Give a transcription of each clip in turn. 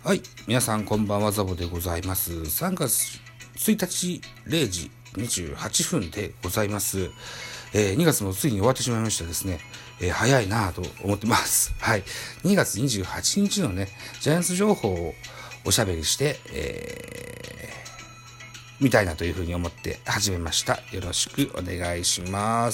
はい、皆さんこんばんは、ザボでございます。3月1日0時28分でございます。2月もついに終わってしまいましたですね。早いなぁと思ってます。はい。2月28日のね、ジャイアンツ情報をおしゃべりして、みたいなというふうに思って始めました。よろしくお願いします。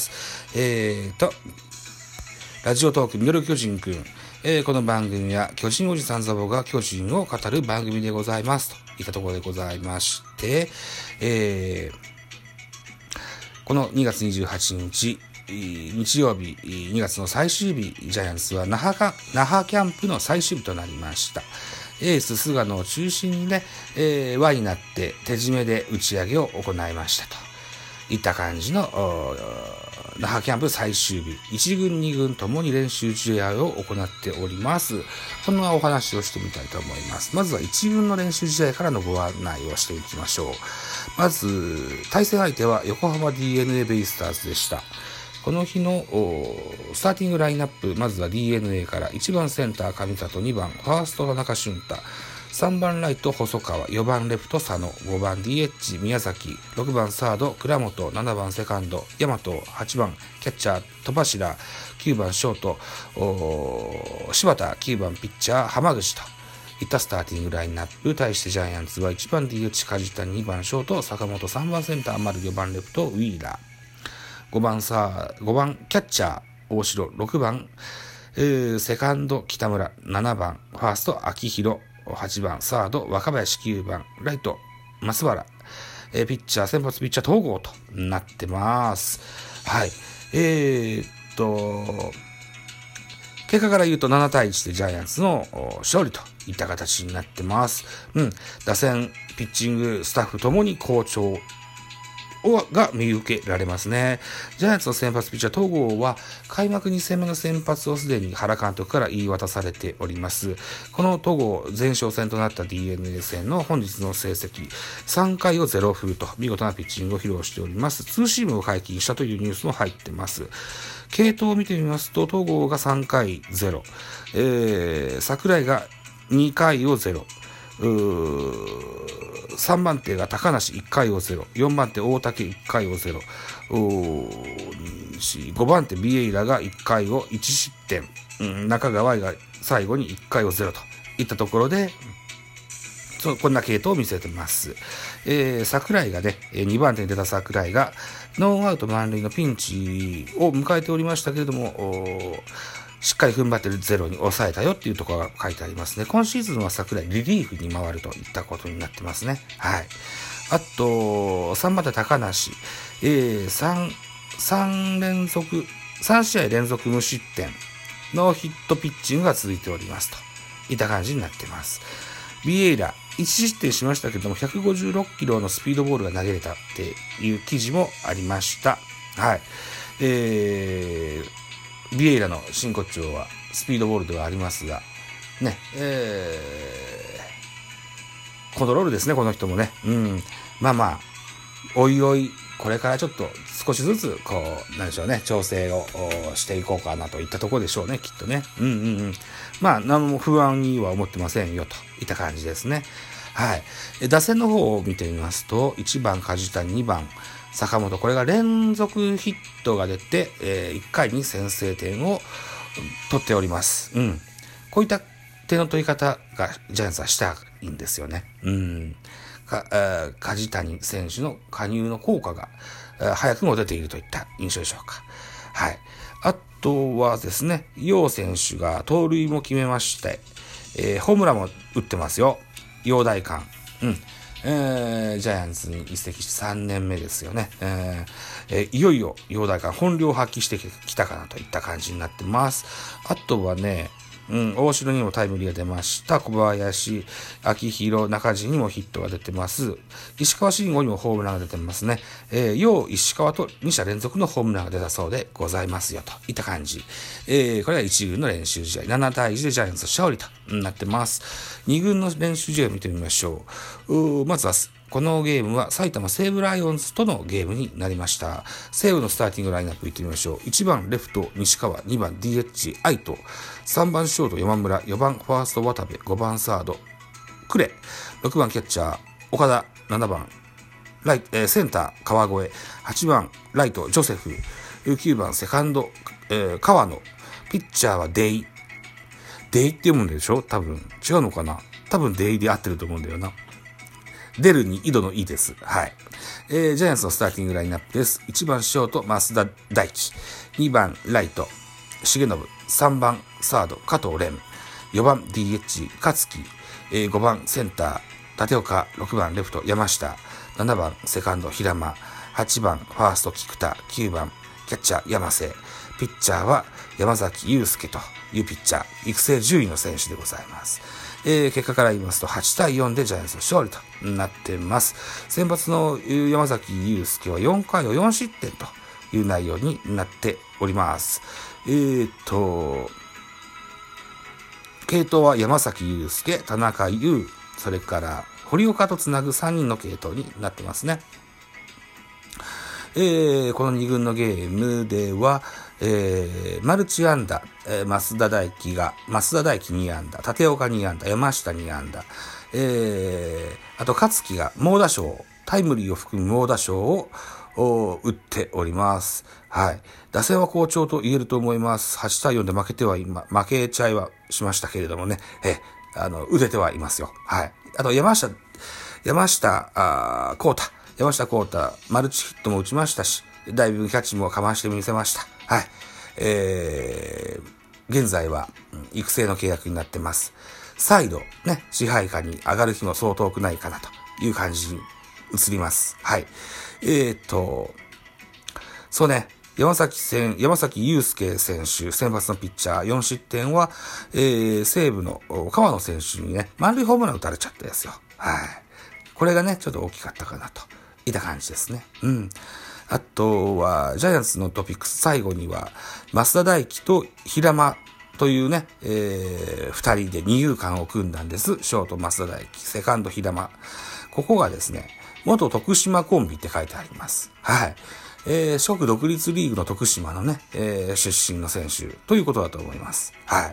ラジオトークミドル巨人くん。この番組は巨人おじさんザボが巨人を語る番組でございますといったところでございまして、この2月28日日曜日2月の最終日、ジャイアンツは那覇キャンプの最終日となりました。エース菅野を中心にね、輪になって手締めで打ち上げを行いましたといった感じの那覇キャンプ最終日、1軍2軍ともに練習試合を行っております。こんなお話をしてみたいと思います。まずは1軍の練習試合からのご案内をしていきましょう。まず対戦相手は横浜 DNA ベイスターズでした。この日のスターティングラインナップ、まずは DNA から1番センター上里、2番ファースト田中俊太、3番ライト細川、4番レフト佐野、5番 DH 宮崎、6番サード倉本、7番セカンド大和、8番キャッチャー戸柱、9番ショート柴田、9番ピッチャー浜口といったスターティングラインナップ。対してジャイアンツは1番 DH 梶谷、2番ショート坂本、3番センター丸、4番レフトウィーラー、5番キャッチャー大城、6番、セカンド北村、7番ファースト秋広、8番サード若林、9番ライト増原、ピッチャー先発ピッチャー東郷となってます。はい。結果から言うと7対1でジャイアンツの勝利といった形になってます。打線ピッチングスタッフともに好調が見受けられますね。ジャイアンツの先発ピッチャー東郷は開幕2戦目の先発をすでに原監督から言い渡されております。この東郷前哨戦となった DNA 戦の本日の成績3回を0封と見事なピッチングを披露しております。ツーシームを解禁したというニュースも入ってます。系統を見てみますと東郷が3回0、櫻井が2回を0、3番手が高梨1回を0、4番手大竹1回を0、5番手ビエイラが1回を1失点、中川が最後に1回を0といったところでこんな系統を見せてます。櫻井がね、2番手に出た櫻井がノーアウト満塁のピンチを迎えておりましたけれども、しっかり踏ん張ってるゼロに抑えたよっていうところが書いてありますね。今シーズンは櫻井リリーフに回るといったことになってますね。はい。あと3番手高梨、3試合連続無失点のヒットピッチングが続いておりますといった感じになってます。ビエイラ1失点しましたけども156キロのスピードボールが投げれたっていう記事もありました。はい。ビエイラの真骨頂はスピードボールではありますがね、コントロールですね、この人もね。おいおいこれからちょっと少しずつなんでしょうね、調整をしていこうかなといったところでしょうね、きっとね。何も不安には思ってませんよといった感じですね。はい。打線の方を見てみますと1番梶谷、2番坂本、これが連続ヒットが出て、1回に先制点を取っております。こういった点の取り方がジャイアンツはしたいんですよね。梶谷選手の加入の効果が早くも出ているといった印象でしょうか。はい。あとはですね、楊選手が盗塁も決めまして、ホームランも打ってますよ。陽大館。ジャイアンツに移籍して3年目ですよね。いよいよ陽大館本領を発揮してきたかなといった感じになってます。あとはね、大城にもタイムリーが出ました。小林、秋広、中地にもヒットが出てます。石川慎吾にもホームランが出てますね。陽石川と2者連続のホームランが出たそうでございますよといった感じ。これは1軍の練習試合7対1でジャイアンツ勝利となってます。2軍の練習試合を見てみましょう。まずはこのゲームは埼玉西武ライオンズとのゲームになりました。西武のスターティングラインナップいってみましょう。1番レフト西川、2番 DH 愛斗、3番ショート山村、4番ファースト渡部、5番サードクレ、6番キャッチャー岡田、7番センター川越、8番ライトジョセフ、9番セカンド、川野、ピッチャーはデイって読むんでしょ、多分違うのかな、多分デイで合ってると思うんだよな。出るに井戸の井です。はい。ジャイアンツのスターティングラインナップです。1番ショート増田大輝、2番ライト重信、3番サード加藤蓮、4番 DH 勝木、5番センター立岡、6番レフト山下、7番セカンド平間、8番ファースト菊田、9番キャッチャー山瀬、ピッチャーは山崎祐介というピッチャー、育成10位の選手でございます。結果から言いますと8対4でジャイアンツの勝利となっています。先発の山崎祐介は4回を4失点という内容になっております。系統は山崎祐介、田中優、それから堀岡とつなぐ3人の系統になってますね。この2軍のゲームでは、マルチ安打、増田大輝2安打、立岡2安打、山下2安打、あと勝木が猛打賞、タイムリーを含む猛打賞を打っております。はい。打線は好調と言えると思います。8対4で負けちゃいはしましたけれどもね、打ててはいますよ。はい。あと山下幸太、マルチヒットも打ちましたし、だいぶキャッチもかましてみせました。はい。現在は育成の契約になってます。再度ね、支配下に上がる日もそう遠くないかなという感じに移ります。はい。そうね、山崎祐介選手、先発のピッチャー、4失点は、西武の川野選手にね、満塁ホームラン打たれちゃったですよ。はい。これがね、ちょっと大きかったかなといった感じですね。うん。あとは、ジャイアンツのトピックス、最後には、増田大輝と平間というね、二人で二遊間を組んだんです。ショート増田大輝、セカンド平間。ここがですね、元徳島コンビって書いてあります。はい。四国独立リーグの徳島のね、出身の選手ということだと思います。はい。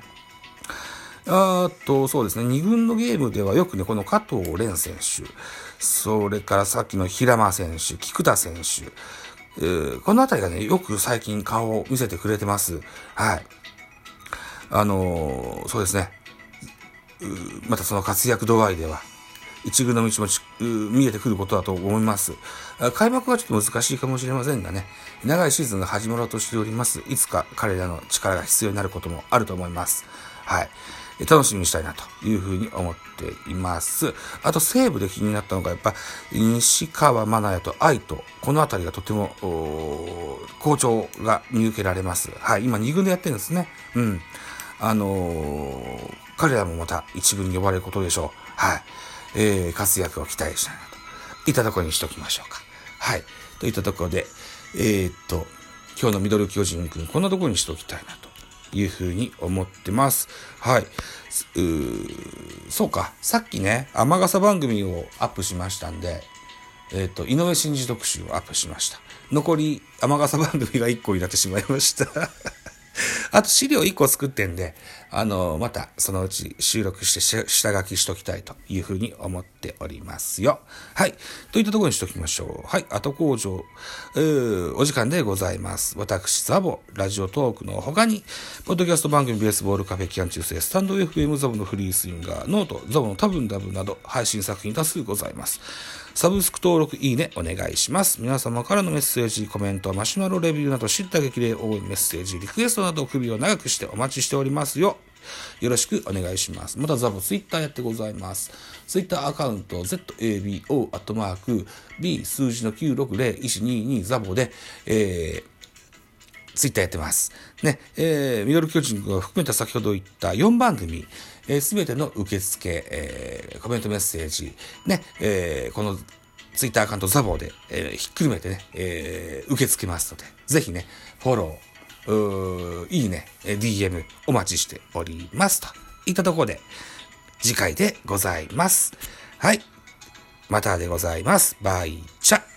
そうですね、2軍のゲームではよくね、この加藤蓮選手、それからさっきの平間選手、菊田選手、このあたりがね、よく最近顔を見せてくれてます。はい。そうですね。またその活躍度合いでは、一軍の道も見えてくることだと思います。開幕はちょっと難しいかもしれませんがね、長いシーズンが始まろうとしております。いつか彼らの力が必要になることもあると思います。はい。楽しみにしたいなというふうに思っています。あと西武で気になったのがやっぱ西川真也と愛斗、このあたりがとても好調が見受けられます。はい、今2軍でやってるんですね。うん。彼らもまた1軍に呼ばれることでしょう。はい。活躍を期待したいなといったところにしときましょうか。はい。といったところで、今日のミドル巨人くん、こんなところにしときたいなというふうに思ってます。はい。そうか。さっきね、雨傘番組をアップしましたんで、井上真司特集をアップしました。残り雨傘番組が1個になってしまいました。あと資料1個作ってんで、またそのうち収録して下書きしときたいというふうに思っておりますよ。はい。といったところにしときましょう。はい。後工場、お時間でございます。私、ザボ、ラジオトークの他に、ポッドキャスト番組ベースボールカフェ期間中世、スタンド FM ザボのフリースインガー、ノート、ザボの多分ダブなど配信作品多数ございます。サブスク登録、いいね、お願いします。皆様からのメッセージ、コメント、マシュマロレビューなど、知った激励応援メッセージ、リクエストなど、首を長くしてお待ちしておりますよ。よろしくお願いします。またザボツイッターやってございます。ツイッターアカウント ZABO_B 数字の9601222ザボで、ツイッターやってます。ね、ミドル巨人を含めた先ほど言った4番組、すべての受付、コメントメッセージ、ね、このツイッターアカウントザボで、ひっくるめてね、受け付けますので、ぜひね、フォロー、いいね、DM お待ちしておりますといったところで、次回でございます。はい。またでございます。バイチャ。